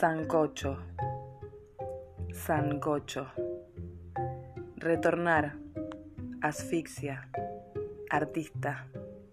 Sancocho, sancocho. Retornar, asfixia, artista.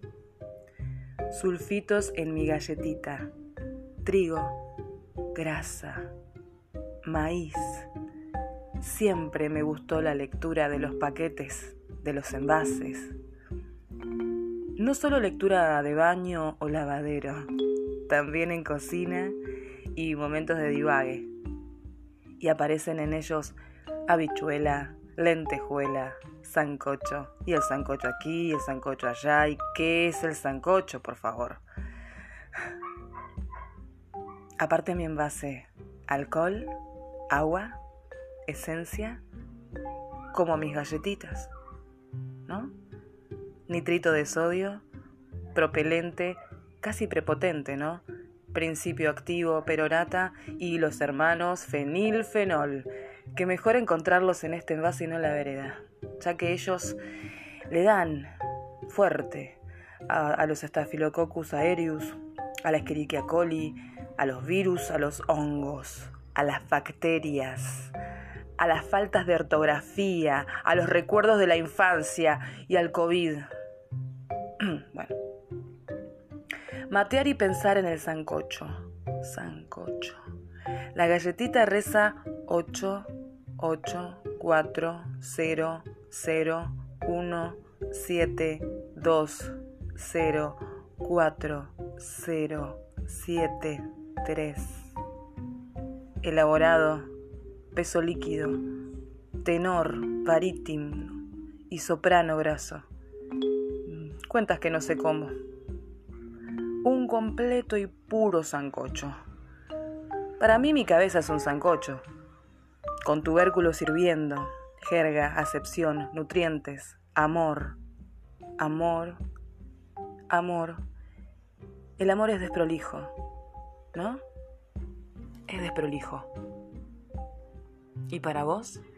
Sulfitos en mi galletita, trigo, grasa, maíz. Siempre me gustó la lectura de los paquetes, de los envases. No solo lectura de baño o lavadero, también en cocina y momentos de divague. Y aparecen en ellos habichuela, lentejuela, sancocho. Y el sancocho aquí, y el sancocho allá. ¿Y qué es el sancocho, por favor? Aparte mi envase, alcohol, agua, esencia, como mis galletitas, ¿no? Nitrito de sodio, propelente, casi prepotente, ¿no? Principio activo, perorata y los hermanos fenilfenol, que mejor encontrarlos en este envase y no en la vereda, ya que ellos le dan fuerte a los Staphylococcus aureus, a la Escherichia coli, a los virus, a los hongos, a las bacterias, a las faltas de ortografía, a los recuerdos de la infancia y al COVID. Bueno. Matear y pensar en el sancocho. Sancocho. La galletita reza 8, 8, 4, 0, 0, 1, 7, 2, 0, 4, 0, 7, 3. Elaborado, peso líquido, tenor, barítono y soprano graso. Cuentas que no sé cómo. Un completo y puro sancocho. Para mí mi cabeza es un sancocho, con tubérculos hirviendo, jerga, acepción, nutrientes, amor, amor, amor. El amor es desprolijo, ¿no? Es desprolijo. ¿Y para vos?